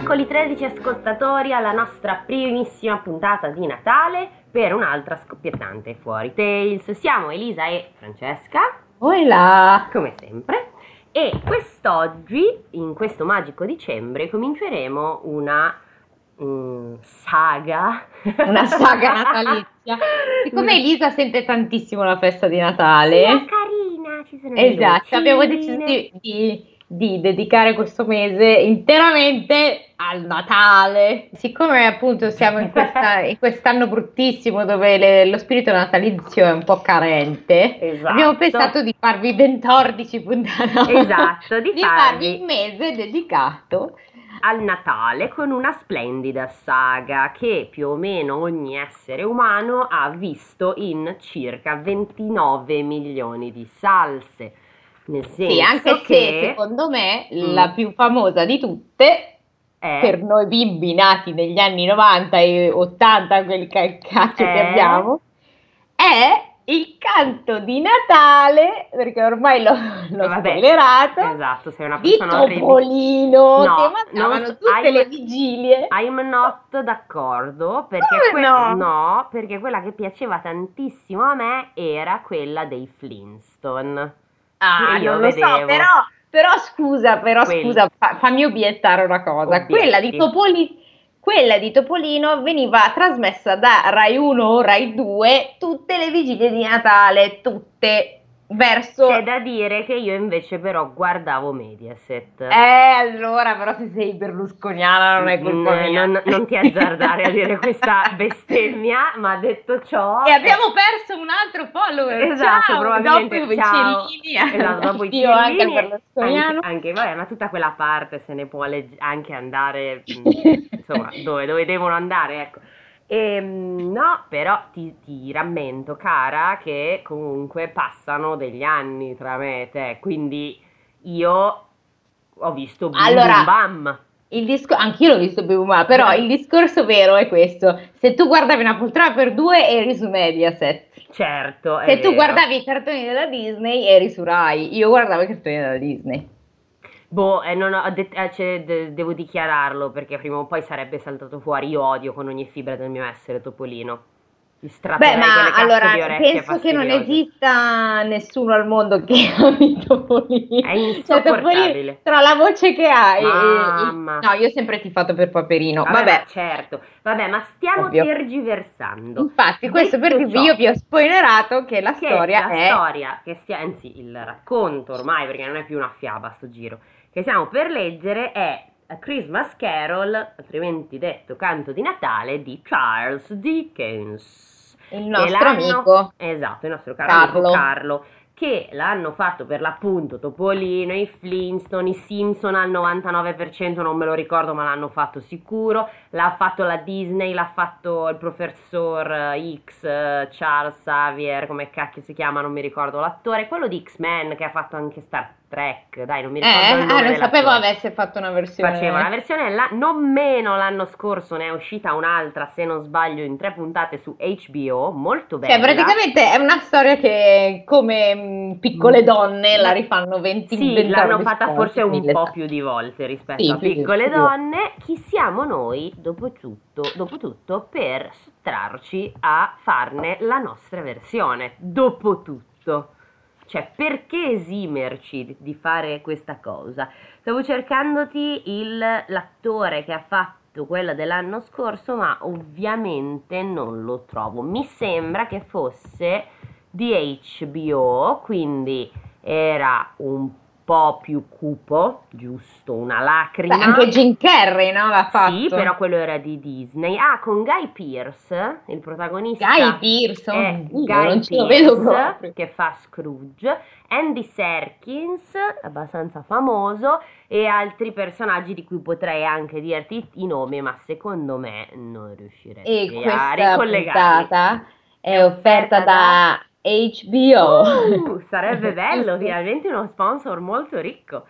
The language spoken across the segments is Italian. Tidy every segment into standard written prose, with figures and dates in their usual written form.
Piccoli 13 ascoltatori alla nostra primissima puntata di Natale per un'altra scoppiettante Fuori Tales. Siamo Elisa e Francesca, Là. come sempre, e quest'oggi, in questo magico dicembre, cominceremo una saga. Una saga natalizia. Siccome Elisa sente tantissimo la festa di Natale, Sì, è carina, ci sono le esatto, abbiamo deciso lucine. di dedicare questo mese interamente al Natale. Siccome appunto siamo in quest'anno bruttissimo dove lo spirito natalizio è un po' carente, abbiamo Esatto. pensato di farvi ben 14 puntate. Esatto, di farvi farvi un mese dedicato al Natale con una splendida saga che più o meno ogni essere umano ha visto in circa 29 milioni di salse. Nel senso Sì, anche se che secondo me la più famosa di tutte, è per noi bimbi nati negli anni 90 e 80, quel cacchio che abbiamo, è il canto di Natale, perché ormai l'ho vabbè, spoilerato, esatto, sei una di persona orribile. Topolino, No, che mandavano tutte le vigilie. I'm not d'accordo, perché Come no? no, perché quella che piaceva tantissimo a me era quella dei Flintstone. Ah, Che io non lo so, vedevo. però scusa, Quelli. fammi obiettare una cosa. Obietti. Quella di Topolino veniva trasmessa da Rai 1 o Rai 2 tutte le vigilie di Natale, tutte verso... C'è da dire che io invece però guardavo Mediaset. Allora, però se sei berlusconiana non è colpa mia. Non ti azzardare a dire questa bestemmia, ma detto ciò... E abbiamo perso un altro follower. Esatto, Ciao, probabilmente dopo i ciao. Cellini. Esatto, dopo i Addio anche al Cellini, berlusconiano. anche vabbè, ma tutta quella parte se ne può anche andare, insomma, dove devono andare, ecco. No, però ti rammento, cara, che comunque passano degli anni tra me e te, quindi io ho visto Bim Allora, Bum Bam. Anch'io l'ho visto Bim Bum Bam, però il discorso vero è questo: se tu guardavi Una poltrona per due eri su Mediaset, Certo, è se tu vero. guardavi i cartoni della Disney eri su Rai. Io guardavo i cartoni della Disney. Boh, non ho devo dichiararlo perché prima o poi sarebbe saltato fuori. Io odio con ogni fibra del mio essere Topolino. Gli Beh, strapperei quelle ma cazzo allora di orecchie penso che non fastidiose. esista nessuno al mondo che ami Topolino. È Cioè, Topolino, insopportabile. tra la voce che ha Mamma. No, io ho sempre tifato per Paperino. Vabbè, Vabbè, ma certo. Vabbè, ma stiamo ovvio. tergiversando. Infatti, questo Detto perché ciò, io vi ho spoilerato che la che storia la è... storia anzi il racconto ormai, perché non è più una fiaba sto giro, che stiamo per leggere è A Christmas Carol, altrimenti detto Canto di Natale, di Charles Dickens. Il nostro amico Esatto, il nostro caro amico Carlo. Carlo, che l'hanno fatto per l'appunto Topolino, i Flintstone, i Simpson al 99%, non me lo ricordo, ma l'hanno fatto sicuro. L'ha fatto la Disney, l'ha fatto il professor X, Charles Xavier, come cacchio si chiama, non mi ricordo l'attore, quello di X-Men che ha fatto anche Star Trek, dai, non mi ricordo il nome Non sapevo dell'attore. avesse fatto una versione. Faceva una versione non meno l'anno scorso ne è uscita un'altra, se non sbaglio, in 3 puntate su HBO, molto bella. Cioè, praticamente è una storia che, come Piccole donne, la rifanno 20 Sì, l'hanno fatta volte, forse un 1000 po' più di volte rispetto Sì, a più di- Piccole più di- donne. Chi siamo noi, dopo tutto, per sottrarci a farne la nostra versione? Dopo tutto. Cioè, perché esimerci di fare questa cosa? Stavo cercandoti l'attore che ha fatto quella dell'anno scorso, ma ovviamente non lo trovo. Mi sembra che fosse di HBO, quindi era un po' più cupo, giusto, una Beh, lacrima. anche Jim Carrey, no? L'ha fatto. Sì, però quello era di Disney. Ah, con Guy Pearce, il protagonista Guy Pearce, è oddio, Guy non ce lo vedo Pearce, proprio. che fa Scrooge, Andy Serkins, abbastanza famoso, e altri personaggi di cui potrei anche dirti i nomi, ma secondo me non E riusciresti a questa ricollegarli. puntata è offerta da HBO. Sarebbe bello, Giusto? finalmente uno sponsor molto ricco.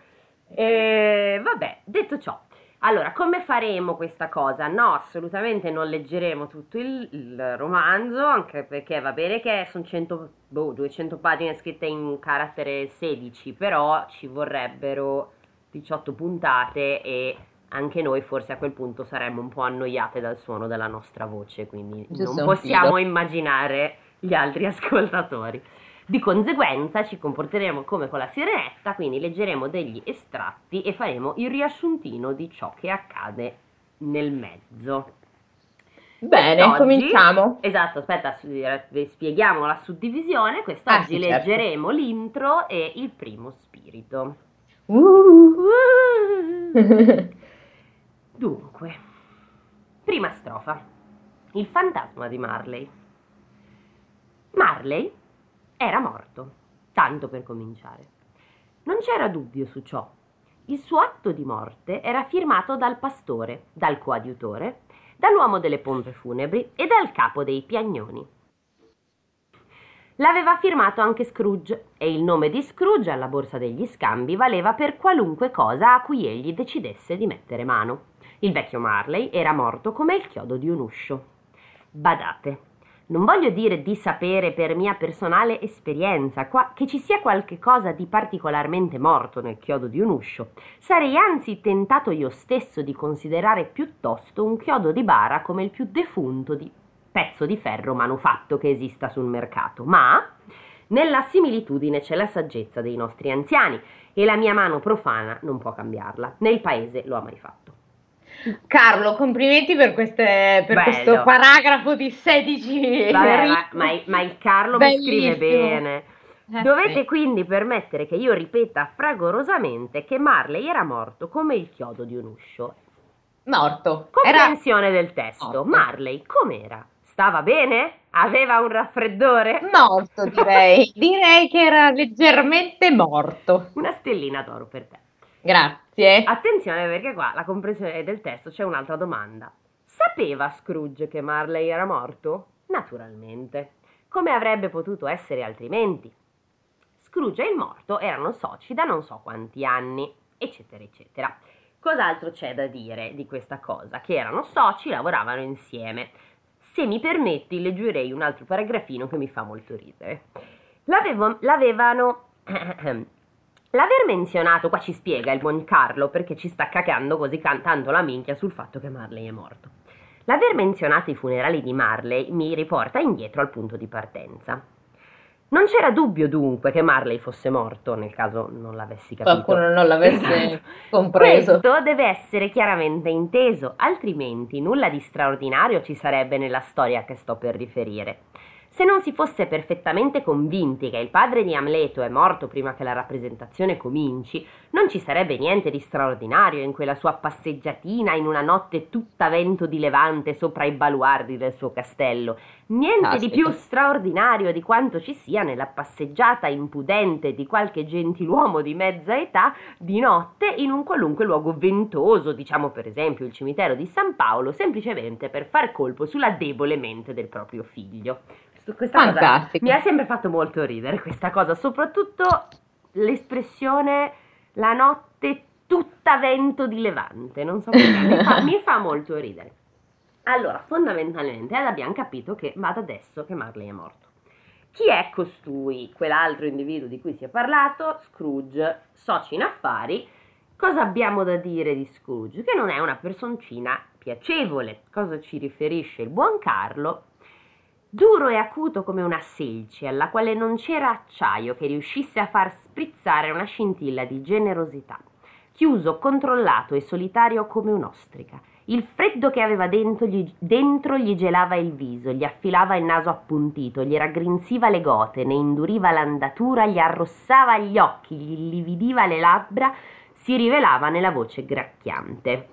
E vabbè, detto ciò, allora, come faremo questa cosa? No, assolutamente non leggeremo tutto il romanzo, anche perché va bene che sono 200 pagine scritte in carattere 16, però ci vorrebbero 18 puntate e anche noi forse a quel punto saremmo un po' annoiate dal suono della nostra voce, quindi Giusto, non un possiamo filo. immaginare gli altri ascoltatori. Di conseguenza ci comporteremo come con la sirenetta, quindi leggeremo degli estratti e faremo il riassuntino di ciò che accade nel mezzo. Bene, Quest'oggi, cominciamo. esatto, aspetta, spieghiamo la suddivisione. Quest'oggi Sì, certo. leggeremo l'intro e il primo spirito. Uh. Dunque, prima strofa. Il fantasma di Marley. Marley era morto, tanto per cominciare. Non c'era dubbio su ciò. Il suo atto di morte era firmato dal pastore, dal coadiutore, dall'uomo delle pompe funebri e dal capo dei piagnoni. L'aveva firmato anche Scrooge e il nome di Scrooge alla borsa degli scambi valeva per qualunque cosa a cui egli decidesse di mettere mano. Il vecchio Marley era morto come il chiodo di un uscio. Badate, non voglio dire di sapere per mia personale esperienza che ci sia qualche cosa di particolarmente morto nel chiodo di un uscio. Sarei anzi tentato io stesso di considerare piuttosto un chiodo di bara come il più defunto pezzo di ferro manufatto che esista sul mercato, ma nella similitudine c'è la saggezza dei nostri anziani e la mia mano profana non può cambiarla, né il paese lo ha mai fatto. Carlo, complimenti per questo paragrafo di 16 Vabbè, ma il Carlo bellissimo. Mi scrive bene. Dovete quindi permettere che io ripeta fragorosamente che Marley era morto come il chiodo di un uscio. Morto. Comprensione del testo. Morto. Marley com'era? Stava bene? Aveva un raffreddore? Morto, direi. Direi che era leggermente morto. Una stellina d'oro per te. Grazie. Attenzione, perché qua la comprensione del testo c'è un'altra domanda. Sapeva Scrooge che Marley era morto? Naturalmente. Come avrebbe potuto essere altrimenti? Scrooge e il morto erano soci da non so quanti anni, eccetera, eccetera. Cos'altro c'è da dire di questa cosa? Che erano soci, lavoravano insieme. Se mi permetti, leggerei un altro paragrafino che mi fa molto ridere. L'aver menzionato, qua ci spiega il buon Carlo perché ci sta cacando così tanto la minchia sul fatto che Marley è morto. L'aver menzionato i funerali di Marley mi riporta indietro al punto di partenza. Non c'era dubbio dunque che Marley fosse morto, nel caso non l'avessi capito. Qualcuno non l'avesse compreso. Questo deve essere chiaramente inteso, altrimenti nulla di straordinario ci sarebbe nella storia che sto per riferire. Se non si fosse perfettamente convinti che il padre di Amleto è morto prima che la rappresentazione cominci, non ci sarebbe niente di straordinario in quella sua passeggiatina in una notte tutta vento di levante sopra i baluardi del suo castello. Niente di più straordinario di quanto ci sia nella passeggiata impudente di qualche gentiluomo di mezza età di notte in un qualunque luogo ventoso, diciamo per esempio il cimitero di San Paolo, semplicemente per far colpo sulla debole mente del proprio figlio. Questa cosa mi ha sempre fatto molto ridere, questa cosa, soprattutto l'espressione la notte tutta vento di levante, non so perché, mi fa molto ridere. Allora, fondamentalmente abbiamo capito che va da adesso che Marley è morto. Chi è costui, quell'altro individuo di cui si è parlato? Scrooge, socio in affari. Cosa abbiamo da dire di Scrooge? Che non è una personcina piacevole. Cosa ci riferisce il buon Carlo? Duro e acuto come una selce, alla quale non c'era acciaio che riuscisse a far sprizzare una scintilla di generosità. Chiuso, controllato e solitario come un'ostrica. Il freddo che aveva dentro gli gelava il viso, gli affilava il naso appuntito, gli raggrinziva le gote, ne induriva l'andatura, gli arrossava gli occhi, gli illividiva le labbra, si rivelava nella voce gracchiante.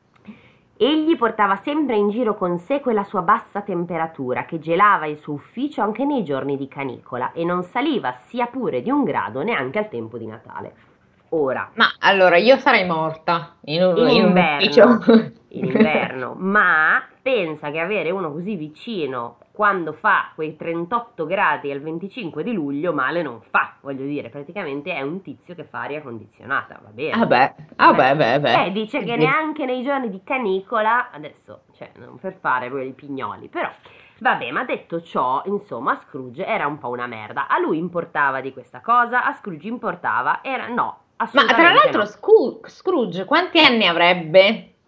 Egli portava sempre in giro con sé quella sua bassa temperatura che gelava il suo ufficio anche nei giorni di canicola e non saliva sia pure di un grado neanche al tempo di Natale. Ora, ma allora io sarei morta in inverno, ma pensa che avere uno così vicino quando fa quei 38 gradi al 25 di luglio male non fa, voglio dire, praticamente è un tizio che fa aria condizionata, va bene? Beh. Dice che neanche nei giorni di canicola, adesso, non per fare quei pignoli, però, vabbè, ma detto ciò, insomma, Scrooge era un po' una merda, a lui importava di questa cosa, a Scrooge importava, ma tra l'altro no. Scrooge quanti anni avrebbe?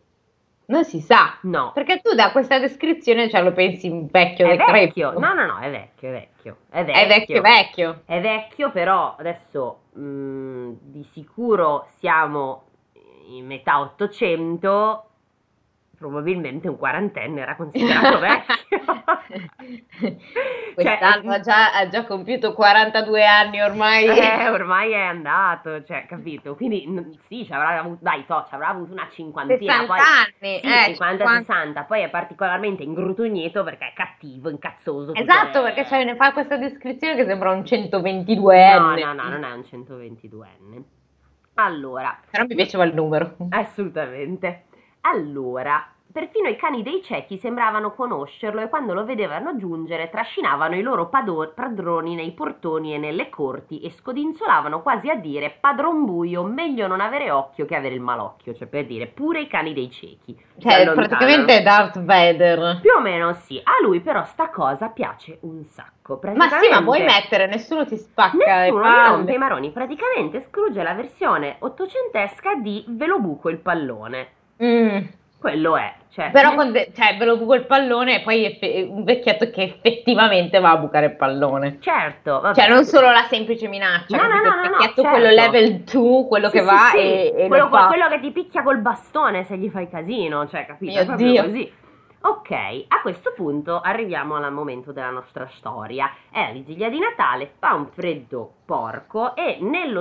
Non si sa, No. perché tu da questa descrizione lo pensi un vecchio È vecchio. decrepito. No, è vecchio, è vecchio. È È vecchio vecchio. vecchio. È vecchio, però adesso di sicuro siamo in metà 800, probabilmente un quarantenne era considerato vecchio. Quest'anno ha già compiuto 42 anni ormai. Ormai è andato, cioè, capito? Quindi sì, ci avrà avuto, ci avrà avuto una cinquantina, 60 poi anni, sì, 50-60, poi è particolarmente ingrutugnito perché è cattivo, incazzoso. Esatto, perché ne fa questa descrizione che sembra un 122enne. No, non è un 122enne. Allora, Però mi piaceva il numero. assolutamente. Allora, perfino i cani dei ciechi sembravano conoscerlo e quando lo vedevano giungere trascinavano i loro padroni nei portoni e nelle corti e scodinzolavano quasi a dire: padron buio, meglio non avere occhio che avere il malocchio. Cioè, per dire, pure i cani dei ciechi si Cioè, allontanano. praticamente è Darth Vader. Più o meno sì. A lui però sta cosa piace un sacco. Ma sì, ma vuoi mettere? Nessuno ti spacca le Nessuno gli palle. rompe i maroni. Praticamente Scrooge è la versione ottocentesca di Ve lo buco il pallone. Quello è. Cioè, Però ve lo buco il pallone e poi è un vecchietto che effettivamente va a bucare il pallone. certo, vabbè. Cioè, non solo la semplice minaccia, No, capito? no, Il vecchietto, certo. quello level 2, quello Sì, che va sì. e quello, lo fa. quello che ti picchia col bastone se gli fai casino, cioè, capito? Mio È proprio Dio. così. Ok, a questo punto arriviamo al momento della nostra storia. È la vigilia di Natale, fa un freddo porco e nello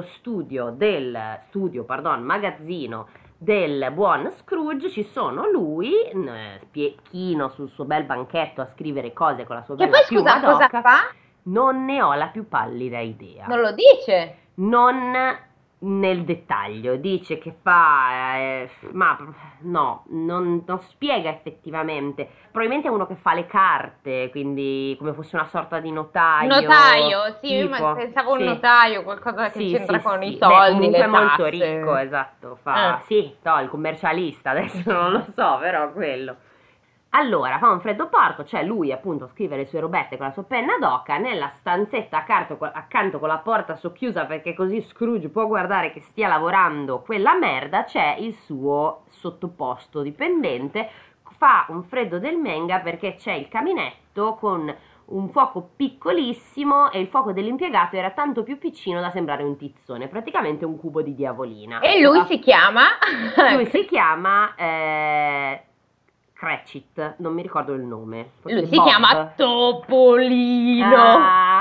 magazzino del buon Scrooge ci sono lui, chino sul suo bel banchetto a scrivere cose con la sua Che bella poi, piuma scusa, cosa d'oca. fa? Non ne ho la più pallida idea. Non lo dice. Non nel dettaglio, dice che fa, ma no, non spiega effettivamente. Probabilmente è uno che fa le carte, quindi come fosse una sorta di notaio. Notaio, sì, io tipo, pensavo un sì. notaio, qualcosa che Sì, c'entra sì, con sì. i soldi, comunque le è molto tasse. ricco, esatto. Fa, sì, no, il commercialista, adesso non lo so, però quello. Allora, fa un freddo porco, cioè lui appunto scrive le sue robette con la sua penna d'oca nella stanzetta accanto con la porta socchiusa perché così Scrooge può guardare che stia lavorando quella merda, c'è il suo sottoposto dipendente, fa un freddo del menga perché c'è il caminetto con un fuoco piccolissimo e il fuoco dell'impiegato era tanto più piccino da sembrare un tizzone, praticamente un cubo di diavolina. E lui si chiama? Lui si chiama Cratchit, non mi ricordo il nome. Lui si chiama Topolino.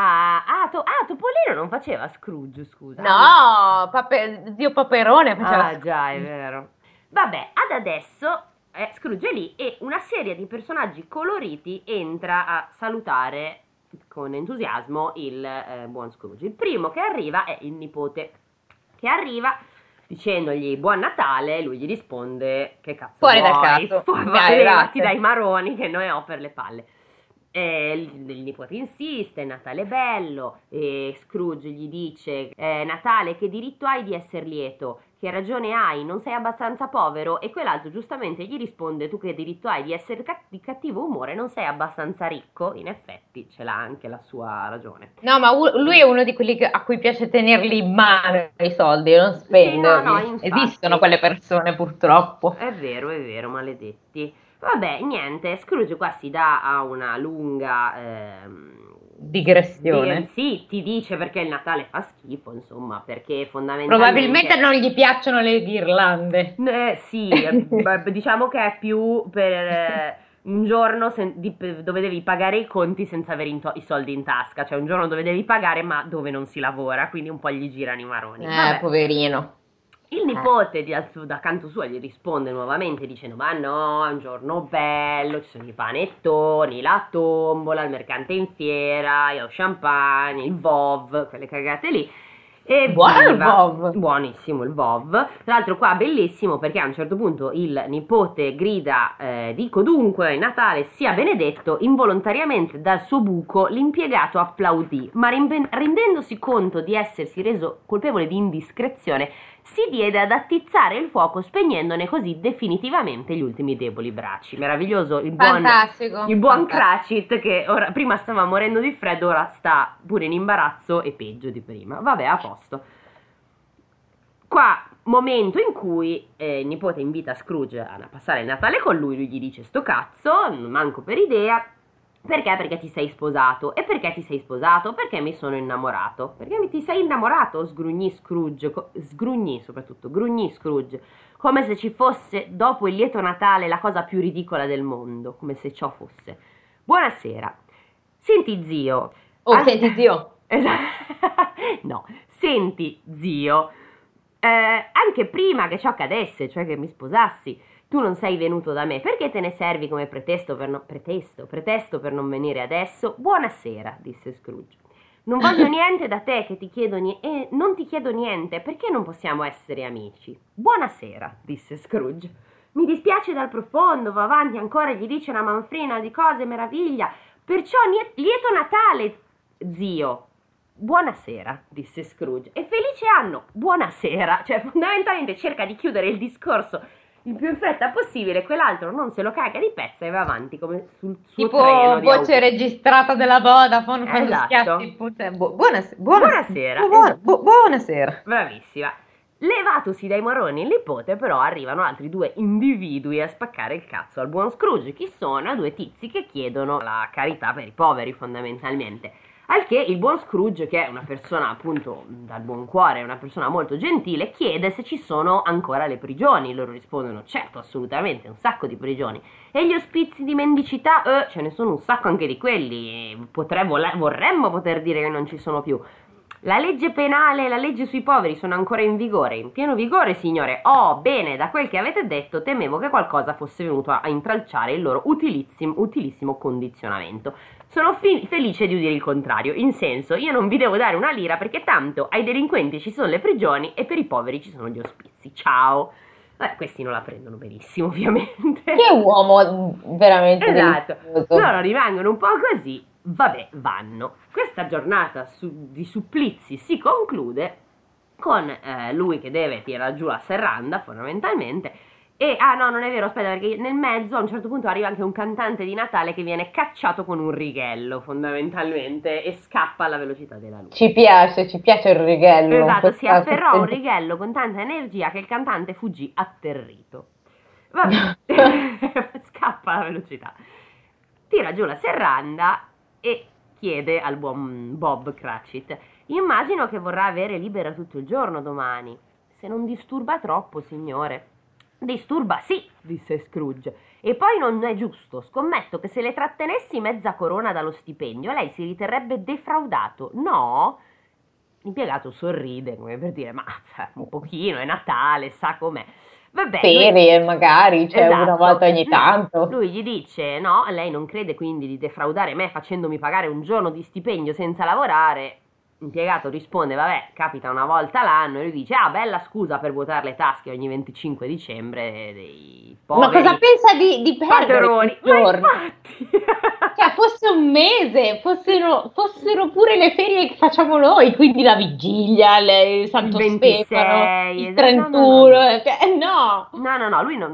Topolino non faceva Scrooge, scusa. No, zio Paperone faceva. Ah, già, è vero. Vabbè, ad adesso Scrooge è lì e una serie di personaggi coloriti entra a salutare con entusiasmo il buon Scrooge. Il primo che arriva è il nipote, che arriva dicendogli buon Natale, lui gli risponde che cazzo Fuori vuoi? dal cazzo. Levati dai maroni che noi ho per le palle. Il nipote insiste, Natale bello, e Scrooge gli dice Natale, che diritto hai di essere lieto? Che ragione hai? Non sei abbastanza povero? E quell'altro giustamente gli risponde tu che diritto hai di essere di cattivo umore? Non sei abbastanza ricco? In effetti ce l'ha anche la sua ragione. No, ma lui è uno di quelli a cui piace tenerli in mano i soldi e non spenderli. Sì, no, infatti. Esistono quelle persone purtroppo. È vero, maledetti. Vabbè, niente, Scrooge qua si dà a una lunga digressione. Sì, ti dice perché il Natale fa schifo, insomma, perché fondamentalmente probabilmente non gli piacciono le ghirlande. Sì, diciamo che è più per un giorno dove devi pagare i conti senza avere i soldi in tasca, cioè un giorno dove devi pagare ma dove non si lavora, quindi un po' gli girano i maroni. Vabbè. Poverino. Il nipote da canto suo gli risponde nuovamente dicendo ma no, è un giorno bello, ci sono i panettoni, la tombola, il mercante in fiera, lo champagne, il VOV, quelle cagate lì. E buono il VOV. Buonissimo il VOV. Tra l'altro qua bellissimo perché a un certo punto il nipote grida dico dunque Natale sia benedetto, involontariamente dal suo buco l'impiegato applaudì, ma rendendosi conto di essersi reso colpevole di indiscrezione si diede ad attizzare il fuoco spegnendone così definitivamente gli ultimi deboli bracci. Meraviglioso il buon Cratchit che prima stava morendo di freddo, ora sta pure in imbarazzo e peggio di prima. Vabbè, a posto. Qua Momento in cui il nipote invita Scrooge a passare il Natale con lui gli dice: sto cazzo, non manco per idea. Perché? Perché ti sei sposato. E perché ti sei sposato? Perché mi sono innamorato. Perché ti sei innamorato? Sgrugnì Scrooge, grugnì Scrooge, come se ci fosse dopo il lieto Natale la cosa più ridicola del mondo, come se ciò fosse. Buonasera. Senti zio. Senti zio. No, senti zio. Anche prima che ciò accadesse, cioè che mi sposassi, tu non sei venuto da me, perché te ne servi come pretesto per non venire adesso? Buonasera, disse Scrooge. Non voglio niente da te che ti chiedo e non ti chiedo niente, perché non possiamo essere amici? Buonasera, disse Scrooge. Mi dispiace dal profondo, va avanti ancora, gli dice una manfrina di cose, meraviglia. Perciò lieto Natale, zio. Buonasera, disse Scrooge. E felice anno, buonasera. Cioè, fondamentalmente cerca di chiudere il discorso il più in fretta possibile, quell'altro non se lo caga di pezza e va avanti come sul suo tipo treno di voce registrata della Vodafone quando Esatto. schiacci il Buonasera. Buonasera. Bravissima. Levatosi dai maroni il nipote, però arrivano altri due individui a spaccare il cazzo al buon Scrooge. Chi sono? Due tizi che chiedono la carità per i poveri, fondamentalmente. Al che il buon Scrooge, che è una persona appunto dal buon cuore, una persona molto gentile, chiede se ci sono ancora le prigioni. Loro rispondono: certo, assolutamente, un sacco di prigioni. E gli ospizi di mendicità? Ce ne sono un sacco anche di quelli. Vorremmo poter dire che non ci sono più. La legge penale e la legge sui poveri sono ancora in vigore, in pieno vigore, signore. Oh, bene, da quel che avete detto temevo che qualcosa fosse venuto a intralciare il loro utilissimo condizionamento. Sono felice di udire il contrario, in senso, io non vi devo dare una lira perché tanto ai delinquenti ci sono le prigioni e per i poveri ci sono gli ospizi. Ciao! Questi non la prendono benissimo, ovviamente. Che uomo veramente esatto. delizioso. Loro rimangono un po' così. Vabbè, vanno. Questa giornata di supplizi si conclude con lui che deve tirare giù la serranda, fondamentalmente. E, no, non è vero, aspetta, perché nel mezzo a un certo punto arriva anche un cantante di Natale che viene cacciato con un righello, fondamentalmente, e scappa alla velocità della luce. Ci piace il righello. Esatto, si afferrò a un righello con tanta energia che il cantante fuggì atterrito. Vabbè, scappa alla velocità. Tira giù la serranda e chiede al buon Bob Cratchit: immagino che vorrà avere libera tutto il giorno domani. Se non disturba troppo, signore. Disturba sì, disse Scrooge. E poi non è giusto. Scommetto che se le trattenessi mezza corona dallo stipendio, lei si riterrebbe defraudato. No? L'impiegato sorride, come per dire: ma un pochino, è Natale, sa com'è. Vabbè, ferie magari, cioè esatto. una volta ogni tanto. Lui gli dice: no, lei non crede quindi di defraudare me facendomi pagare un giorno di stipendio senza lavorare? L'impiegato risponde: vabbè, capita una volta l'anno. E lui dice: ah, bella scusa per vuotare le tasche ogni 25 dicembre dei poveri. Ma cosa pensa di perdere padroni? Ma infatti cioè fosse un mese, fossero pure le ferie che facciamo noi, quindi la vigilia, il Santo il 26, Stefano, il esatto. 31, no, lui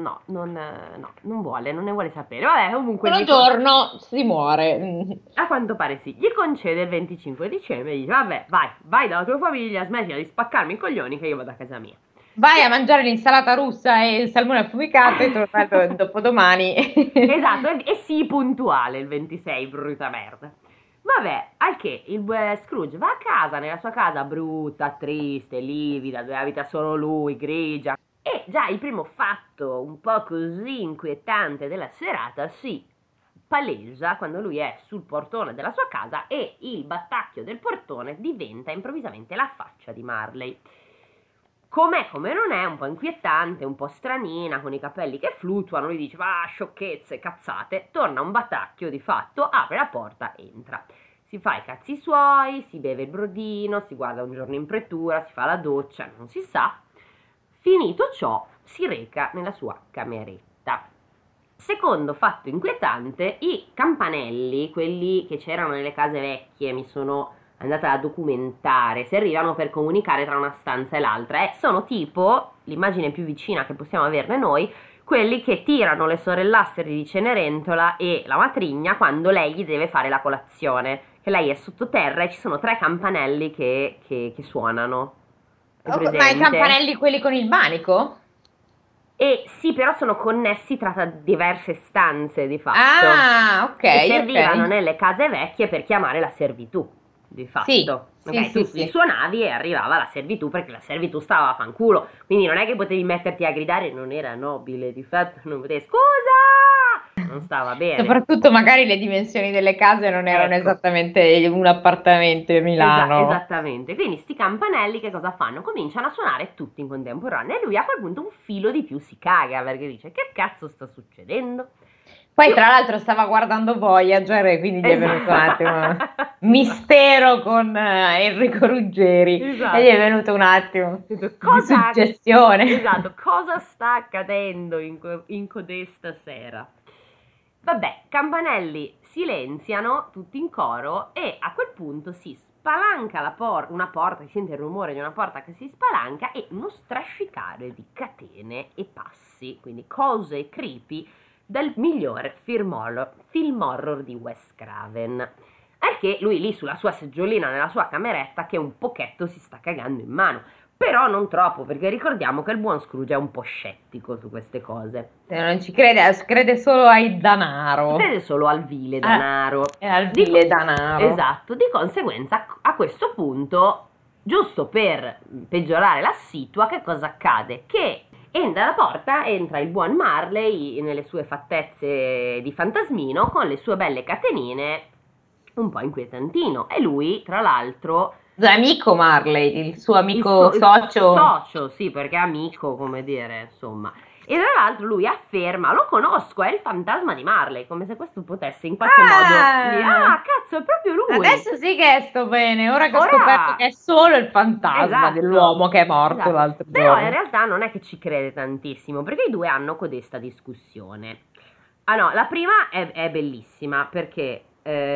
non vuole, non ne vuole sapere. Vabbè, comunque un giorno si muore. A quanto pare sì. Gli concede il 25 dicembre e dice: vabbè, vai dalla tua famiglia, smettila di spaccarmi i coglioni che io vado a casa mia. Vai a mangiare l'insalata russa e il salmone affumicato e tornare dopodomani. Esatto, e sii puntuale il 26, brutta merda. Vabbè, al che il Scrooge va a casa, nella sua casa brutta, triste, livida, dove abita solo lui, grigia. E già il primo fatto un po' così inquietante della serata si palesa quando lui è sul portone della sua casa e il battacchio del portone diventa improvvisamente la faccia di Marley. Com'è come non è, un po' inquietante, un po' stranina, con i capelli che fluttuano. Lui dice: ah, sciocchezze, cazzate. Torna un battacchio di fatto, apre la porta, entra. Si fa i cazzi suoi, si beve il brodino, si guarda un giorno in pretura, si fa la doccia, non si sa. Finito ciò, si reca nella sua cameretta. Secondo fatto inquietante, i campanelli, quelli che c'erano nelle case vecchie, mi sono andata a documentare, servivano per comunicare tra una stanza e l'altra. Sono tipo, l'immagine più vicina che possiamo averne noi, quelli che tirano le sorellastri di Cenerentola e la matrigna quando lei gli deve fare la colazione, che lei è sottoterra e ci sono 3 campanelli che suonano. Hai Ma i presente? campanelli quelli con il manico? E sì, però sono connessi tra diverse stanze di fatto Ah, ok, e servivano ok. nelle case vecchie per chiamare la servitù, di Sì, fatto. sì, Ok, sì, tu li sì. suonavi e arrivava la servitù perché la servitù stava a fanculo, quindi non è che potevi metterti a gridare, non era nobile, di fatto non potevi, scusa! Non stava bene. Soprattutto magari le dimensioni delle case non erano Ecco. esattamente un appartamento a Milano. Esattamente, quindi sti campanelli che cosa fanno? Cominciano a suonare tutti in contemporanea e lui a quel punto un filo di più si caga perché dice che cazzo sta succedendo? Poi Più tra l'altro stava guardando Voyager e quindi gli è venuto un attimo esatto. mistero con Enrico Ruggeri e gli è Esatto. venuto un attimo di Cosa, suggestione. esatto, cosa sta accadendo in codesta sera? Vabbè, campanelli silenziano tutti in coro e a quel punto si spalanca una porta, si sente il rumore di una porta che si spalanca e uno strascicare di catene e passi, quindi cose creepy del migliore film horror di Wes Craven. È che lui lì sulla sua seggiolina nella sua cameretta che un pochetto si sta cagando in mano. Però non troppo, perché ricordiamo che il buon Scrooge è un po' scettico su queste cose. Non ci crede, crede solo al danaro. Crede solo al vile danaro. È al Di vile danaro. esatto, di conseguenza a questo punto, giusto per peggiorare la situa, che cosa accade? Che dalla porta entra il buon Marley nelle sue fattezze di fantasmino con le sue belle catenine un po' inquietantino e lui, tra l'altro, Amico Marley, il suo amico il socio. socio, sì, perché è amico, come dire, insomma. E tra l'altro lui afferma, lo conosco, è il fantasma di Marley, come se questo potesse in qualche modo dire, ah, cazzo, è proprio lui. Adesso sì che sto bene, ora che ho Ora, scoperto che è solo il fantasma esatto, dell'uomo che è morto esatto. l'altro Però in giorno. realtà non è che ci crede tantissimo, perché i due hanno codesta discussione. Ah no, la prima è bellissima, perché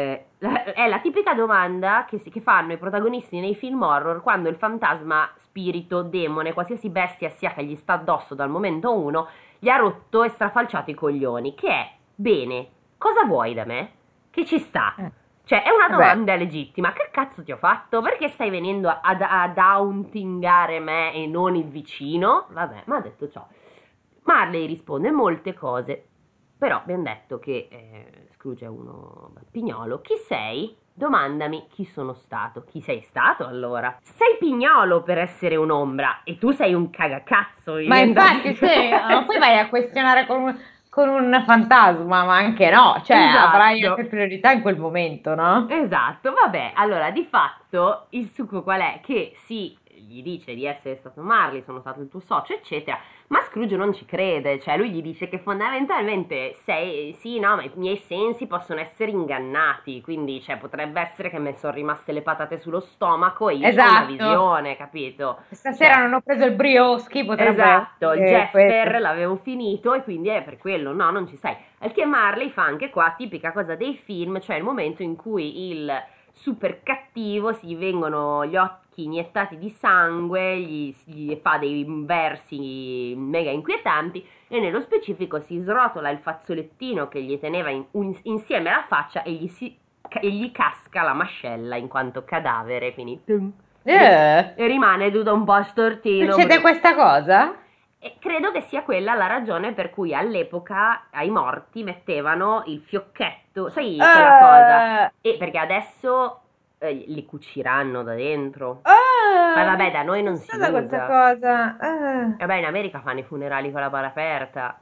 è la tipica domanda che fanno i protagonisti nei film horror quando il fantasma, spirito, demone, qualsiasi bestia sia che gli sta addosso dal momento uno, gli ha rotto e strafalciato i coglioni, che è, bene, cosa vuoi da me? Che ci sta? Cioè, è una Vabbè. domanda legittima. Che cazzo ti ho fatto? Perché stai venendo a dauntingare me e non il vicino? Vabbè, ma ha detto ciò. Marley risponde molte cose, però abbiamo detto che Scrooge è uno pignolo. Chi sei? Domandami chi sono stato. Chi sei stato allora? Sei pignolo per essere un'ombra e tu sei un cagacazzo. Ma infatti sì, poi vai a questionare con un fantasma, ma anche no, cioè avrai Esatto. altre priorità in quel momento, no? Esatto, vabbè, allora di fatto il succo qual è? Che sì, gli dice di essere stato Marley, sono stato il tuo socio, eccetera, ma Scrooge non ci crede, cioè lui gli dice che fondamentalmente sì, no, ma i miei sensi possono essere ingannati, quindi cioè, potrebbe essere che mi sono rimaste le patate sullo stomaco e io ho una Esatto. visione, capito? Stasera Cioè, non ho preso il brioschi, potrebbe esatto, il essere Jeffer questo. l'avevo finito e quindi è per quello, no, non ci sei. Al che Marley fa anche qua, tipica cosa dei film, cioè il momento in cui il super cattivo si vengono gli occhi iniettati di sangue, gli fa dei versi mega inquietanti e nello specifico si srotola il fazzolettino che gli teneva insieme alla faccia e gli casca la mascella in quanto cadavere, quindi e rimane tutto un po' stortino. Succede questa cosa? E credo che sia quella la ragione per cui all'epoca ai morti mettevano il fiocchetto, sai quella cosa? E perché adesso li cuciranno da dentro. Ma vabbè, da noi non si usa. Questa cosa. Vabbè, in America fanno i funerali con la bara aperta.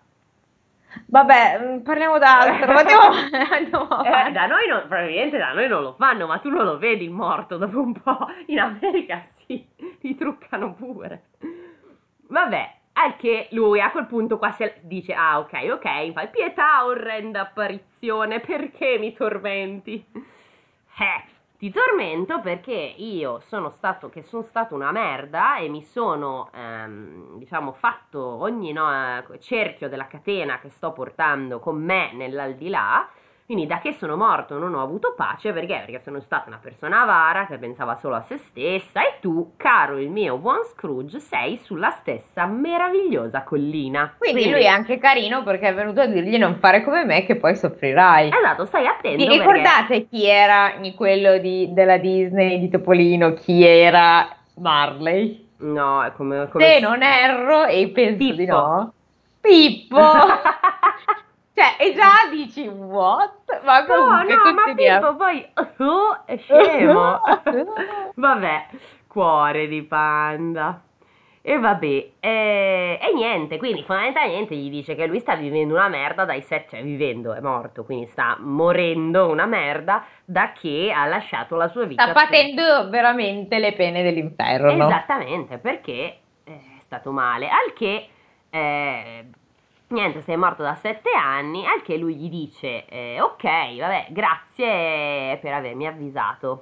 Vabbè, parliamo d'altro. Andiamo avanti. Da noi probabilmente da noi non lo fanno, ma tu non lo vedi il morto dopo un po'. In America sì, li truccano pure. Vabbè, al che lui a quel punto qua dice, ah ok, fai pietà, orrenda apparizione, perché mi tormenti? Ti tormento perché io sono stato una merda e mi sono, diciamo, fatto ogni cerchio della catena che sto portando con me nell'aldilà. Quindi da che sono morto non ho avuto pace, perché sono stata una persona avara che pensava solo a se stessa e tu, caro il mio buon Scrooge, sei sulla stessa meravigliosa collina. Quindi lui è anche carino perché è venuto a dirgli non fare come me che poi soffrirai. Esatto, stai attento. Vi ricordate chi era quello della Disney di Topolino? Chi era Marley? No, è come... Se non erro, e penso di Pippo. no. Pippo! Cioè, e già dici what? Ma comunque No, ma continuiamo. Pippo poi è scemo. Vabbè, cuore di panda. E vabbè, e niente, quindi fondamentalmente gli dice che lui sta vivendo una merda dai 7, cioè vivendo, è morto, quindi sta morendo una merda da che ha lasciato la sua vita. Sta patendo veramente le pene dell'inferno. Esattamente, perché è stato male, al che niente, sei morto da 7 anni, al che lui gli dice ok, vabbè, grazie per avermi avvisato.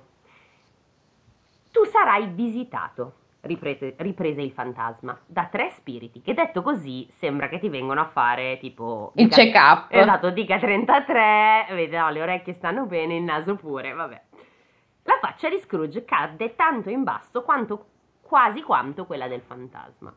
Tu sarai visitato, riprese il fantasma, da 3 spiriti, che detto così sembra che ti vengono a fare tipo... Il check-up. Esatto, dica 33, vedi, no, le orecchie stanno bene, il naso pure, vabbè. La faccia di Scrooge cadde tanto in basso quasi quanto quella del fantasma.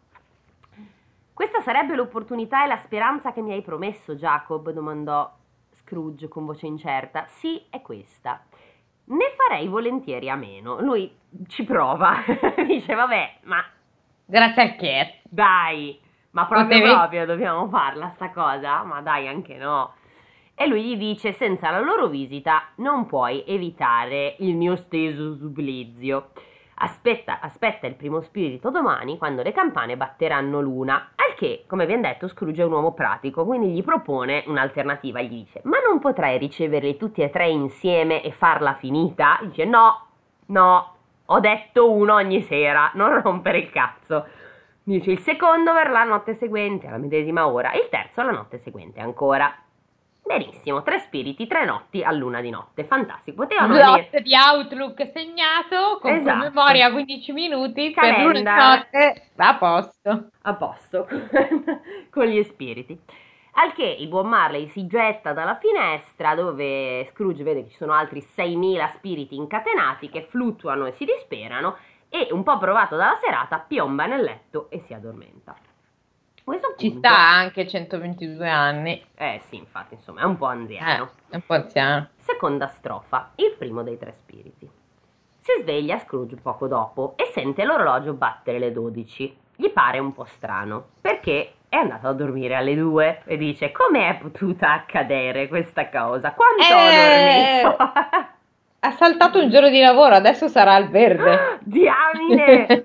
Questa sarebbe l'opportunità e la speranza che mi hai promesso, Jacob? Domandò Scrooge con voce incerta. Sì, è questa. Ne farei volentieri a meno. Lui ci prova. Dice, vabbè, ma Grazie al che. dai, ma proprio dobbiamo farla sta cosa? Ma dai, anche no. E lui gli dice, senza la loro visita non puoi evitare il mio steso supplizio. Aspetta il primo spirito domani, quando le campane batteranno l'una. Al che, come abbiamo detto, Scrooge è un uomo pratico, quindi gli propone un'alternativa. Gli dice, ma non potrai riceverli tutti e 3 insieme e farla finita? Dice, no, ho detto uno ogni sera, non rompere il cazzo. Dice, il secondo verrà la notte seguente, alla medesima ora, il terzo la notte seguente ancora. Benissimo, 3 spiriti, 3 notti a luna di notte, fantastico, potevano venire... Slot di Outlook segnato con Esatto. memoria 15 minuti per Calendar. l'una di notte, va a posto. A posto con gli spiriti. Al che il buon Marley si getta dalla finestra, dove Scrooge vede che ci sono altri 6.000 spiriti incatenati che fluttuano e si disperano, e un po' provato dalla serata piomba nel letto e si addormenta. A questo Ci punto, sta anche 122 anni. sì, infatti, insomma, è un po' anziano. È un po' anziano. Seconda strofa, il primo dei 3 spiriti. Si sveglia Scrooge poco dopo e sente l'orologio battere le 12. Gli pare un po' strano, perché è andato a dormire alle 2 e dice, come è potuta accadere questa cosa? Quanto ho dormito? Ha saltato un giorno di lavoro, adesso sarà al verde. Diamine!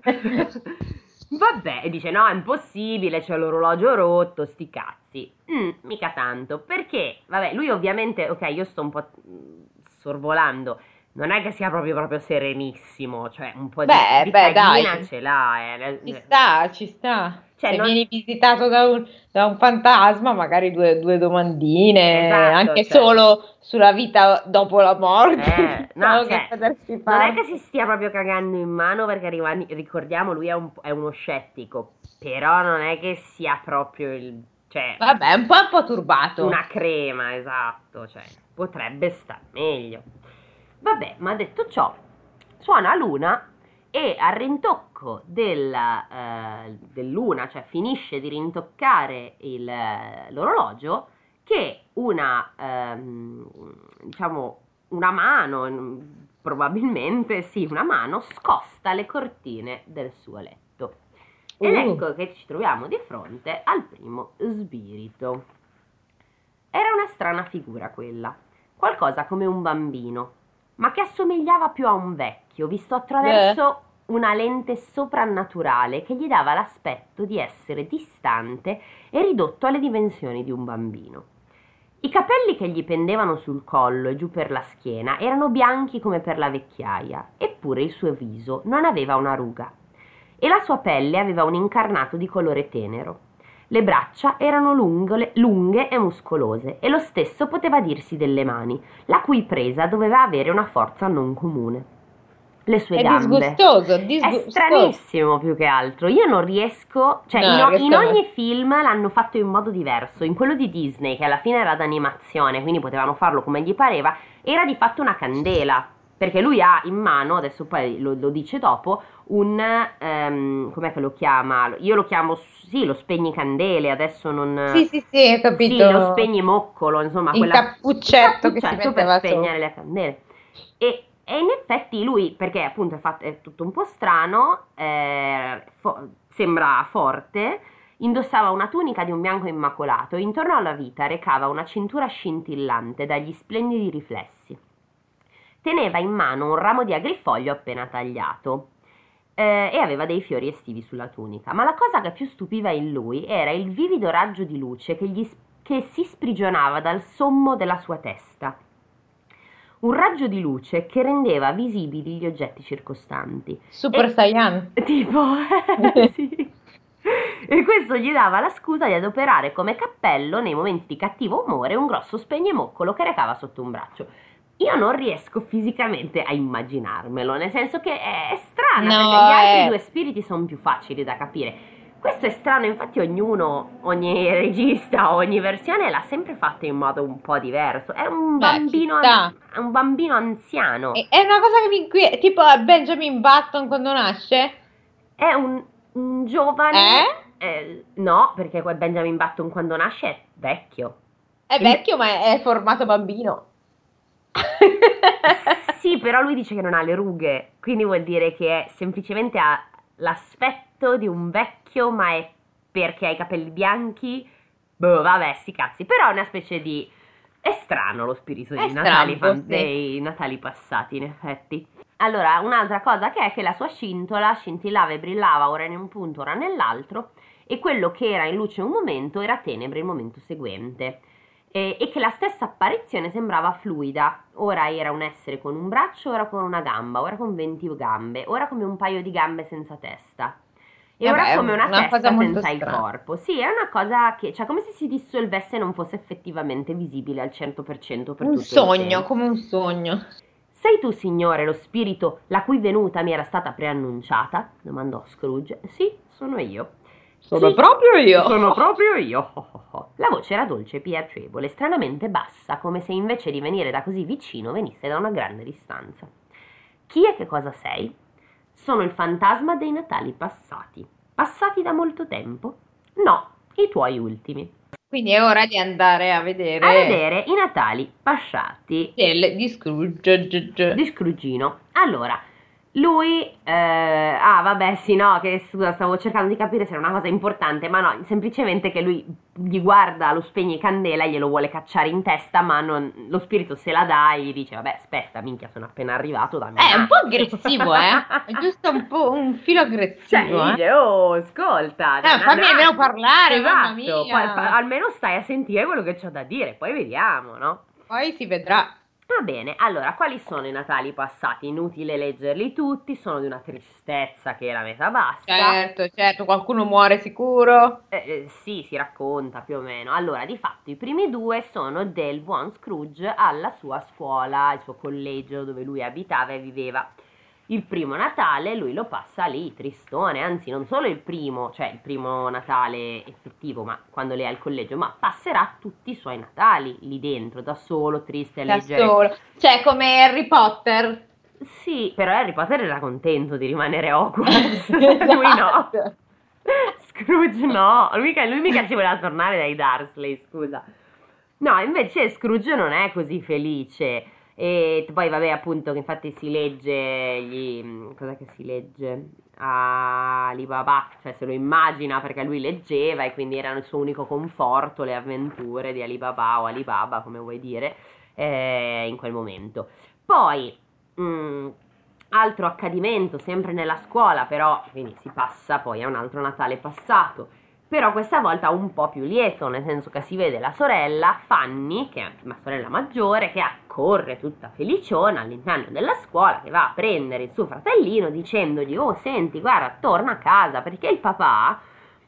Vabbè, e dice, no, è impossibile, c'è l'orologio rotto, sti cazzi. Mica tanto, perché, vabbè, lui ovviamente, ok, io sto un po' sorvolando, non è che sia proprio serenissimo, cioè un po' di caghina dai. ce l'ha. Ci sta. Cioè, Se non- vieni visitato da un fantasma, magari due domandine, Esatto, anche cioè. solo sulla vita dopo la morte. No, Quello cioè, che potersi non fare. è che si stia proprio cagando in mano, perché ricordiamo, lui è uno scettico, però non è che sia proprio il... Cioè, Vabbè, è un po' turbato. una crema, esatto, cioè, potrebbe star meglio. Vabbè, ma detto ciò, suona l'una e al rintocco dell'una, cioè finisce di rintoccare l'orologio, che diciamo, una mano, probabilmente sì, una mano, scosta le cortine del suo letto. Ed ecco che ci troviamo di fronte al primo spirito. Era una strana figura quella, qualcosa come un bambino, ma che assomigliava più a un vecchio, visto attraverso una lente soprannaturale che gli dava l'aspetto di essere distante e ridotto alle dimensioni di un bambino. I capelli che gli pendevano sul collo e giù per la schiena erano bianchi come per la vecchiaia, eppure il suo viso non aveva una ruga, e la sua pelle aveva un incarnato di colore tenero. Le braccia erano lunghe e muscolose, e lo stesso poteva dirsi delle mani, la cui presa doveva avere una forza non comune. Le sue È gambe. disgustoso. È stranissimo più che altro. Io non riesco, cioè in ogni film l'hanno fatto in modo diverso. In quello di Disney, che alla fine era d'animazione, quindi potevano farlo come gli pareva, era di fatto una candela. Perché lui ha in mano, adesso poi lo dice dopo, com'è che lo chiama? Io lo chiamo, sì, lo spegnicandele, adesso non... Sì, ho capito. Sì, lo spegnimoccolo, insomma. Il cappuccetto che si metteva per spegnere le candele. E E in effetti lui, perché appunto è tutto un po' strano, sembra forte, indossava una tunica di un bianco immacolato e intorno alla vita recava una cintura scintillante dagli splendidi riflessi. Teneva in mano un ramo di agrifoglio appena tagliato e aveva dei fiori estivi sulla tunica. Ma la cosa che più stupiva in lui era il vivido raggio di luce che si sprigionava dal sommo della sua testa. Un raggio di luce che rendeva visibili gli oggetti circostanti. Super Saiyan. Tipo, sì. E questo gli dava la scusa di adoperare come cappello, nei momenti di cattivo umore, un grosso spegnemoccolo che recava sotto un braccio. Io non riesco fisicamente a immaginarmelo, nel senso che è strano, perché gli altri due spiriti sono più facili da capire. Questo è strano, infatti ogni regista, ogni versione l'ha sempre fatta in modo un po' diverso. È un bambino anziano. È una cosa che mi inquieta, tipo Benjamin Button quando nasce? È un giovane... no, perché Benjamin Button quando nasce è vecchio. È vecchio, ma è formato bambino. Sì, però lui dice che non ha le rughe, quindi vuol dire che semplicemente ha l'aspetto di un vecchio, ma è perché ha i capelli bianchi. Boh, vabbè, sti cazzi. Però è una specie di... È strano lo spirito dei Natali passati, in effetti. Allora, un'altra cosa che è che la sua cintola scintillava e brillava ora in un punto, ora nell'altro, e quello che era in luce un momento era tenebre il momento seguente. E che la stessa apparizione sembrava fluida. Ora era un essere con un braccio, ora con una gamba, ora con 20 gambe, ora come un paio di gambe senza testa. E ora come una testa senza il corpo. Sì, è una cosa che, cioè, come se si dissolvesse e non fosse effettivamente visibile al 100% per tutto un sogno, come un sogno. Sei tu, signore, lo spirito la cui venuta mi era stata preannunciata? Domandò Scrooge. Sì, sono io. Sono proprio io. Sono proprio io. La voce era dolce e piacevole, stranamente bassa, come se invece di venire da così vicino venisse da una grande distanza. Chi e che cosa sei? Sono il fantasma dei Natali passati. Passati da molto tempo? No, i tuoi ultimi. Quindi è ora di andare a vedere i Natali passati di Scrooge. Di Scroogino. Allora, lui, vabbè, sì, no, che scusa, stavo cercando di capire se era una cosa importante, ma no, semplicemente che lui gli guarda lo spegnecandela e glielo vuole cacciare in testa, ma lo spirito se la dà e gli dice, vabbè, aspetta, minchia, sono appena arrivato da me. È un po' aggressivo, è giusto un filo aggressivo. Cioè, dice, oh, ascolta. Fammi almeno parlare, esatto, mamma mia. Poi, almeno stai a sentire quello che c'ho da dire, poi vediamo, no? Poi si vedrà. Va bene, allora, quali sono i Natali passati? Inutile leggerli tutti, sono di una tristezza che la metà basta. Certo, qualcuno muore sicuro. Sì, si racconta più o meno. Allora, di fatto, i primi due sono del buon Scrooge alla sua scuola, il suo collegio dove lui abitava e viveva. Il primo Natale lui lo passa lì, tristone, anzi non solo il primo, cioè il primo Natale effettivo, ma quando lei è al collegio, ma passerà tutti i suoi Natali lì dentro, da solo, triste a leggere. Da solo, cioè come Harry Potter. Sì, però Harry Potter era contento di rimanere a Hogwarts, lui no. Scrooge no, lui mica ci voleva tornare dai Dursley, scusa. No, invece Scrooge non è così felice. E poi vabbè, appunto, che infatti si legge cos'è che si legge? Alibaba, cioè se lo immagina perché lui leggeva e quindi erano il suo unico conforto, le avventure di Alibaba o Alibaba, come vuoi dire, in quel momento. Poi altro accadimento sempre nella scuola, però quindi si passa poi a un altro Natale passato, però questa volta un po' più lieto, nel senso che si vede la sorella Fanny, che è la sorella maggiore, che accorre tutta feliciona all'interno della scuola, che va a prendere il suo fratellino dicendogli, oh senti, guarda, torna a casa, perché il papà,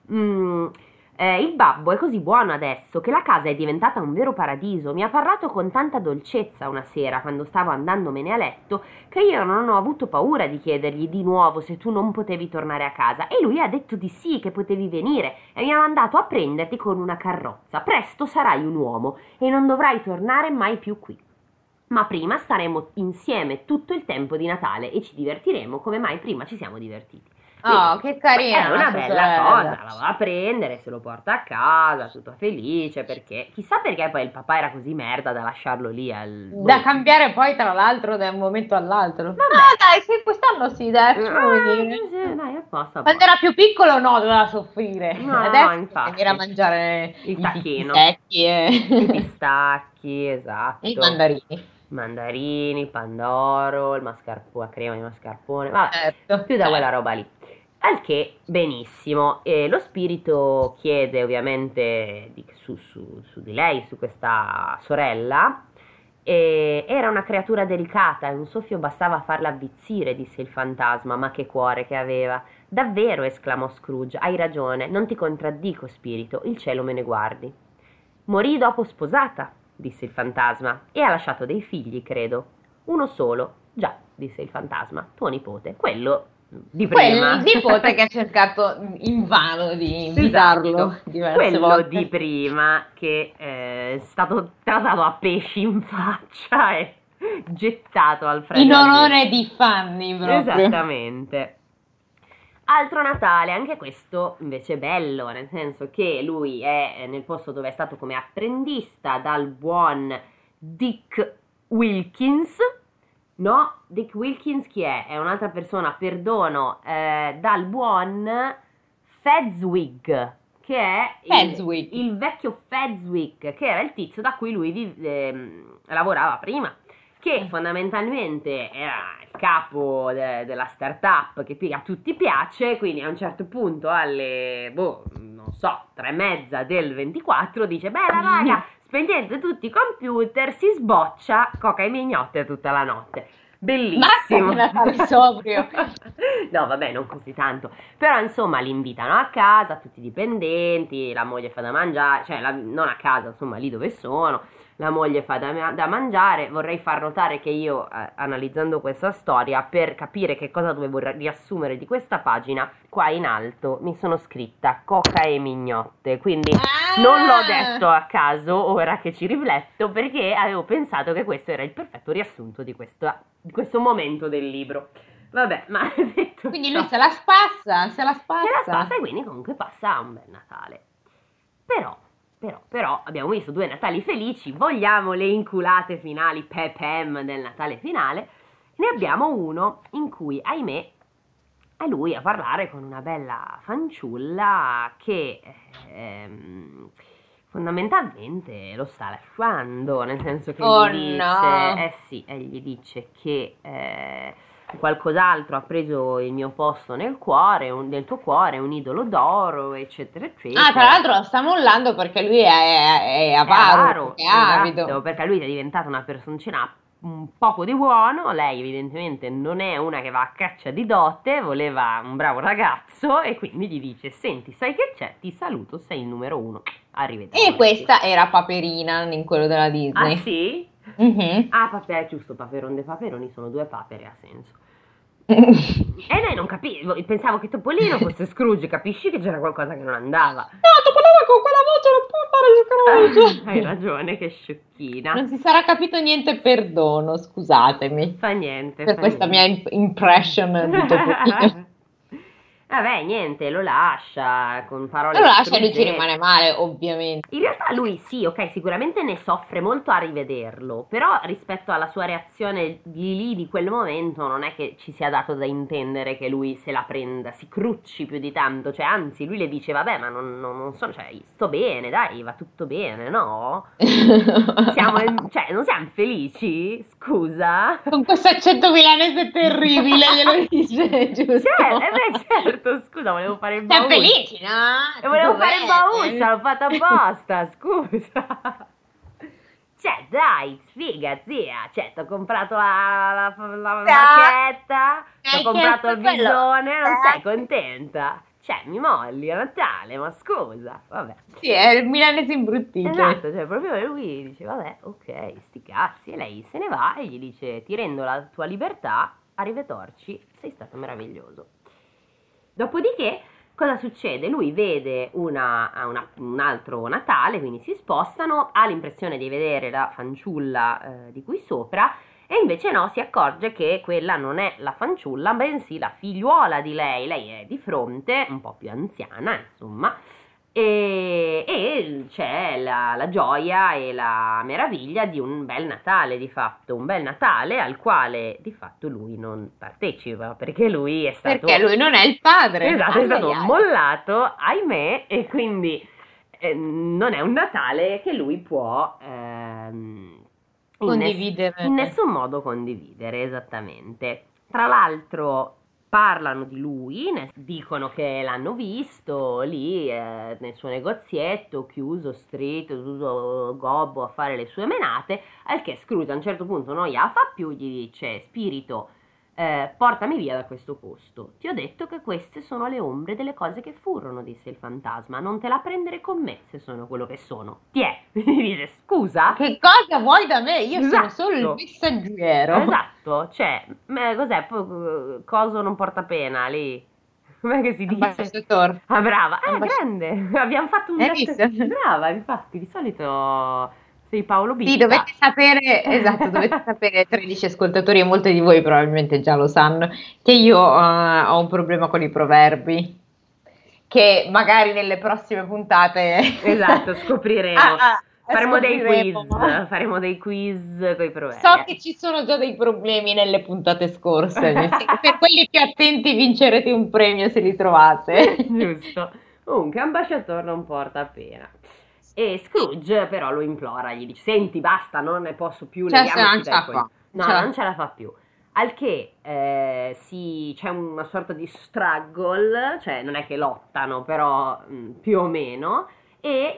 il babbo è così buono adesso che la casa è diventata un vero paradiso. Mi ha parlato con tanta dolcezza una sera quando stavo andandomene a letto che io non ho avuto paura di chiedergli di nuovo se tu non potevi tornare a casa, e lui ha detto di sì, che potevi venire, e mi ha mandato a prenderti con una carrozza. Presto sarai un uomo e non dovrai tornare mai più qui, ma prima staremo insieme tutto il tempo di Natale e ci divertiremo come mai prima ci siamo divertiti. Oh, che carina È una la sua bella sorella. cosa, la va a prendere, se lo porta a casa, tutto felice, perché chissà perché poi il papà era così merda da lasciarlo lì Da cambiare poi tra l'altro da un momento all'altro. Vabbè. Dai, sì, quest'anno sì, dai, facciamo vedere. Sì, sì, dai, a posto, a Quando posto. era più piccolo no, doveva soffrire. No, Adesso può venire a infatti, mangiare il i fichi tacchino, secchi i e pistacchi, e i esatto, mandarini. mandarini, il pandoro, il mascarpone, la crema di mascarpone, vabbè, Certo, tutta quella certo. roba lì. Al che, benissimo, e lo spirito chiede ovviamente su di lei, su questa sorella, e era una creatura delicata e un soffio bastava a farla avvizzire, disse il fantasma, ma che cuore che aveva. Davvero, esclamò Scrooge, hai ragione, non ti contraddico, spirito, il cielo me ne guardi. Morì dopo sposata, disse il fantasma, e ha lasciato dei figli, credo. Uno solo. Già, disse il fantasma, tuo nipote, quello di Quel prima. nipote che ha cercato invano di invitarlo Esatto, diverse quello di volte. prima che è stato trattato a pesci in faccia e gettato al freddo In e al gelo. onore di Fanny proprio. Esattamente. Altro Natale, anche questo invece bello, nel senso che lui è nel posto dove è stato come apprendista dal buon Dick Wilkins. No, Dick Wilkins chi è? È un'altra persona, perdono, dal buon Fezwick, che è Fezwick. il vecchio Fezwick, che era il tizio da cui lui lavorava prima, che fondamentalmente era il capo della startup che a tutti piace, quindi a un certo punto alle, non so, 3:30 del 24 dice, bella raga, spegnete tutti i computer, si sboccia coca e mignotte tutta la notte. Bellissimo. Mazza che Natale sobrio. No, vabbè, non così tanto. Però, insomma, li invitano a casa, tutti i dipendenti, la moglie fa da mangiare, cioè non a casa, insomma, lì dove sono. La moglie fa da mangiare. Vorrei far notare che io, analizzando questa storia, per capire che cosa dovevo riassumere di questa pagina, qua in alto mi sono scritta coca e mignotte. Quindi non l'ho detto a caso, ora che ci rifletto, perché avevo pensato che questo era il perfetto riassunto di questo momento del libro. Vabbè, ma detto Quindi ciò, lui se la spassa, se la se la spassa. spassa e quindi comunque passa un bel Natale. Però abbiamo visto 2 Natali felici, vogliamo le inculate finali pepem del Natale finale, ne abbiamo uno in cui, ahimè, è lui a parlare con una bella fanciulla che fondamentalmente lo sta lasciando, nel senso che Oh gli dice, no. sì, e gli dice che qualcos'altro ha preso il mio posto nel cuore, nel tuo cuore, un idolo d'oro, eccetera, eccetera. Ah, tra l'altro lo sta mollando perché lui è avaro, è avido. Esatto, perché lui è diventata una personcina un poco di buono, lei evidentemente non è una che va a caccia di dote, voleva un bravo ragazzo e quindi gli dice, senti, sai che c'è? Ti saluto, sei il numero 1, arrivederci. E questa era Paperina in quello della Disney. Ah sì? Mhm. Ah, giusto, Paperon de Paperoni sono 2 papere, ha senso. E lei non capiva, pensavo che Topolino fosse Scrooge, capisci che c'era qualcosa che non andava. No, Topolino con quella voce non può fare Scrooge. Hai ragione, che sciocchina. Non si sarà capito niente, perdono, scusatemi Fa niente, per fa questa mia niente. impression di Topolino. Vabbè, niente, lo lascia con parole Allora lascia e lui ci struggenti. rimane male, ovviamente. In realtà lui sì, ok, sicuramente ne soffre molto a rivederlo, però rispetto alla sua reazione di lì, di quel momento, non è che ci sia dato da intendere che lui se la prenda, si crucci più di tanto, cioè anzi lui le dice vabbè ma non so, cioè sto bene, dai, va tutto bene, no? Cioè non siamo felici? Scusa? Con questo accento milanese terribile glielo dice, giusto? Certo, scusa, volevo fare il Siamo baule. felici, no? E volevo Tutto fare il bene. bauscia, l'ho fatto apposta, scusa. Cioè, dai, sfiga, zia. Cioè, ti ho comprato la marchetta, ti ho comprato il quello. visone, non sei contenta? Cioè, mi molli a Natale, ma scusa, vabbè. Sì, è il milanese imbruttito. Esatto, cioè proprio lui dice, vabbè, ok, sti cazzi. E lei se ne va e gli dice, ti rendo la tua libertà, arrivederci, sei stato meraviglioso. Dopodiché, cosa succede? Lui vede un altro Natale, quindi si spostano, ha l'impressione di vedere la fanciulla di qui sopra E invece no, si accorge che quella non è la fanciulla, bensì la figliuola di lei. Lei è di fronte, un po' più anziana, insomma, e c'è la gioia e la meraviglia di un bel Natale, di fatto, un bel Natale al quale di fatto lui non partecipa, perché lui è stato... Perché lui non è il padre. Esatto, è stato Ai, ai. mollato, ahimè, e quindi non è un Natale che lui può Condividere. in nessun modo condividere, esattamente. Tra l'altro parlano di lui, dicono che l'hanno visto lì nel suo negozietto, chiuso, stretto, tutto gobbo a fare le sue menate, al che Scrooge a un certo punto non gliela fa più, gli dice: spirito, portami via da questo posto. Ti ho detto che queste sono le ombre delle cose che furono, disse il fantasma. Non te la prendere con me se sono quello che sono. Tiè, mi dice: scusa? Che cosa vuoi da me? Io sono solo il Esatto. messaggero. Esatto, cioè, cos'è? Coso non porta pena lì? Com'è che si dice? Ambasciatore. Ah, brava, Ambasciatore. grande, abbiamo fatto un Hai detto. visto? Brava, infatti, di solito sei Paolo Bitta. Sì, dovete sapere, esatto, dovete sapere, 13 ascoltatori e molti di voi probabilmente già lo sanno, che io ho un problema con i proverbi, che magari nelle prossime puntate Esatto, scopriremo. Faremo dei scopriremo. quiz, faremo dei quiz con i proverbi. So che ci sono già dei problemi nelle puntate scorse, nel senso, per quelli più attenti vincerete un premio se li trovate. Giusto. Comunque, ambasciatore non porta pena. E Scrooge però lo implora, gli dice: senti, basta, non ne posso più, Cioè, leviamoci non ce dai la coglioni. fa. No, non ce la fa più. Al che c'è una sorta di struggle, cioè non è che lottano, però più o meno. E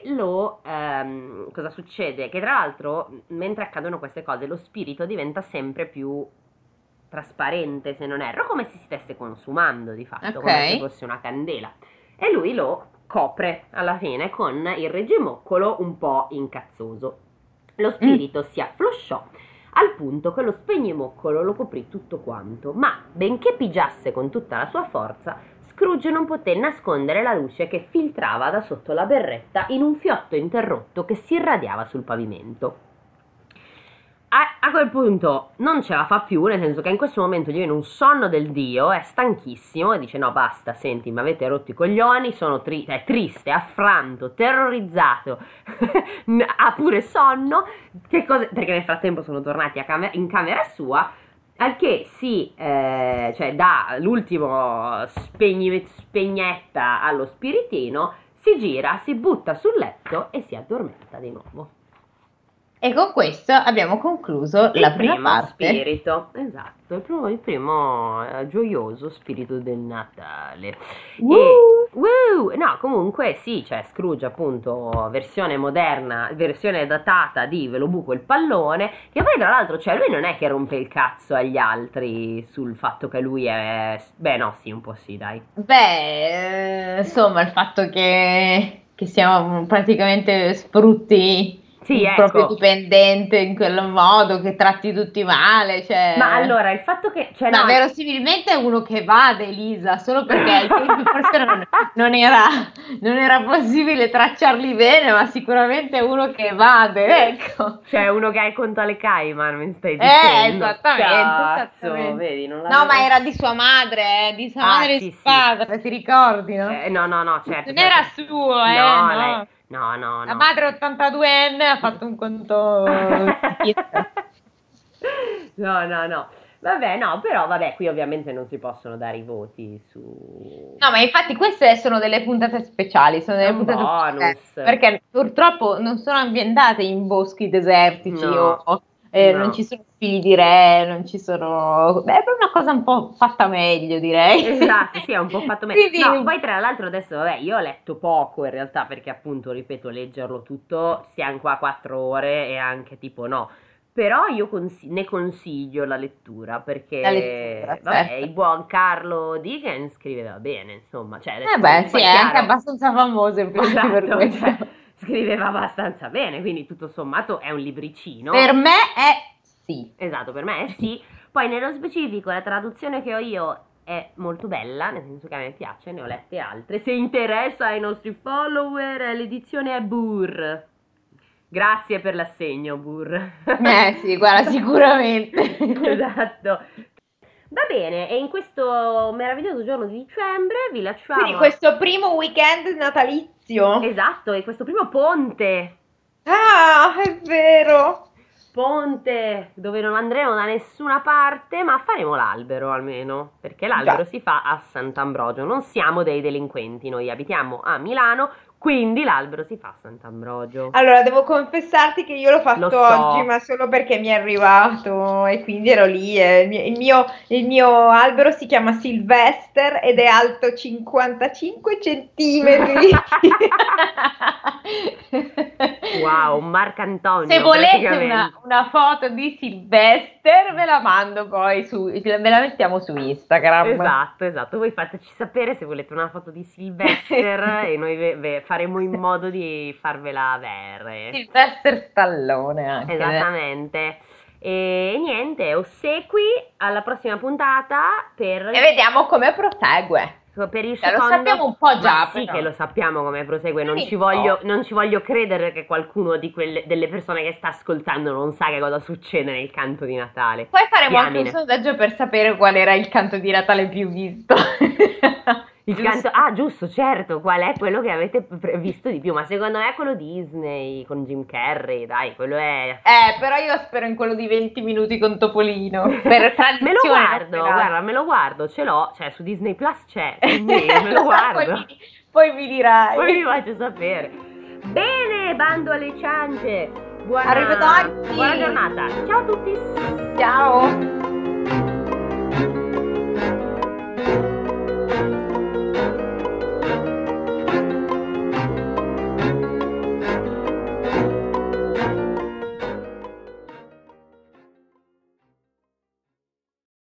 cosa succede? Che tra l'altro, mentre accadono queste cose, lo spirito diventa sempre più trasparente, se non erro, come se si stesse consumando di fatto, come se Ok. fosse una candela. E lui lo copre alla fine con il reggimoccolo un po' incazzoso. Lo spirito si afflosciò al punto che lo spegnimoccolo lo coprì tutto quanto, ma benché pigiasse con tutta la sua forza, Scrooge non poté nascondere la luce che filtrava da sotto la berretta in un fiotto interrotto che si irradiava sul pavimento. A quel punto non ce la fa più, nel senso che in questo momento gli viene un sonno del dio, è stanchissimo e dice: no, basta, senti, mi avete rotto i coglioni, sono è triste, affranto, terrorizzato, ha pure sonno. Perché nel frattempo sono tornati in camera sua, al che cioè dà l'ultimo spegnetta allo spiritino, si gira, si butta sul letto e si addormenta di nuovo. E con questo abbiamo concluso la prima primo parte. spirito, esatto, il primo gioioso spirito del Natale. No, comunque sì, c'è Scrooge appunto, versione moderna, versione datata di Ve lo buco il pallone, che poi tra l'altro, cioè lui non è che rompe il cazzo agli altri sul fatto che lui è... Beh no, sì, un po' sì, dai. Beh, insomma, il fatto che siamo praticamente sfrutti Sì, il proprio ecco. dipendente in quel modo, che tratti tutti male, cioè... Ma allora, il fatto che... Cioè, Ma no, verosimilmente è uno che va Elisa, solo perché ai tempi forse non era possibile tracciarli bene, ma sicuramente è uno che evade, ecco. c'è uno che ha il conto alle Cayman, mi stai dicendo. Esattamente, Cazzo, esattamente. vedi, non No, l'avevo... ma era di sua madre, di sua madre e sì, suo sì. padre, ti ricordi, no? No, certo. Non era certo. suo, No, no. no. La madre 82enne ha fatto un conto. No. Vabbè, no, però vabbè, qui ovviamente non si possono dare i voti su... No, ma infatti queste sono delle puntate speciali, sono È delle un puntate bonus. perché purtroppo non sono ambientate in boschi desertici o No, non no. ci sono figli di re, non ci sono... È proprio una cosa un po' fatta meglio, direi. Esatto, sì, è un po' fatto meglio. No, Quindi, poi tra l'altro adesso, vabbè, io ho letto poco in realtà perché appunto, ripeto, leggerlo tutto, siamo qua 4 ore e anche tipo no. Però io ne consiglio la lettura la lettura, perché, vabbè, certo. il buon Carlo Dickens scriveva bene, insomma, cioè adesso Beh, sì, poi è è anche chiaro, abbastanza famoso infatti per esatto, questo. cioè scriveva abbastanza bene, quindi tutto sommato è un libricino. Per me è sì. Esatto, per me è sì. Poi nello specifico la traduzione che ho io è molto bella, nel senso che a me piace, ne ho lette altre. Se interessa ai nostri follower, l'edizione è Burr. Grazie per l'assegno, Bur. Sì, guarda, sicuramente. Esatto. Va bene, e in questo meraviglioso giorno di dicembre vi lasciamo. Quindi questo primo weekend natalizio. Esatto, e questo primo ponte. Ah, è vero. Ponte dove non andremo da nessuna parte, ma faremo l'albero almeno, perché l'albero Già. si fa a Sant'Ambrogio. Non siamo dei delinquenti, noi abitiamo a Milano, quindi l'albero si fa a Sant'Ambrogio. Allora, devo confessarti che io l'ho fatto Lo so. oggi, ma solo perché mi è arrivato e quindi ero lì. E il mio albero si chiama Sylvester ed è alto 55 centimetri. Wow, Marcantonio. Se volete praticamente. una foto di Sylvester, ve la mando poi ve la mettiamo su Instagram. Esatto, voi fateci sapere se volete una foto di Sylvester e noi faremo in modo di farvela avere. Sylvester Stallone anche. Esattamente. E niente, ossequi alla prossima puntata E vediamo come prosegue. per il Lo secondo. sappiamo un po' già, Ma sì, però. che lo sappiamo come prosegue. Non Sì, ci no. voglio credere che qualcuno delle persone che sta ascoltando non sa che cosa succede nel canto di Natale. Poi faremo anche un Diamine. sondaggio per sapere qual era il canto di Natale più visto. Il canto, ah, giusto, certo, qual è quello che avete visto di più? Ma secondo me è quello Disney con Jim Carrey, dai, quello è. Però io spero in quello di 20 minuti con Topolino. Per tradizione. Me lo guardo, non per guarda, me lo guardo, ce l'ho, cioè su Disney Plus c'è, quindi me lo guardo. Poi mi dirai. Poi vi faccio sapere. Bene, bando alle ciance. Arrivederci. Buona giornata. Ciao a tutti. Ciao.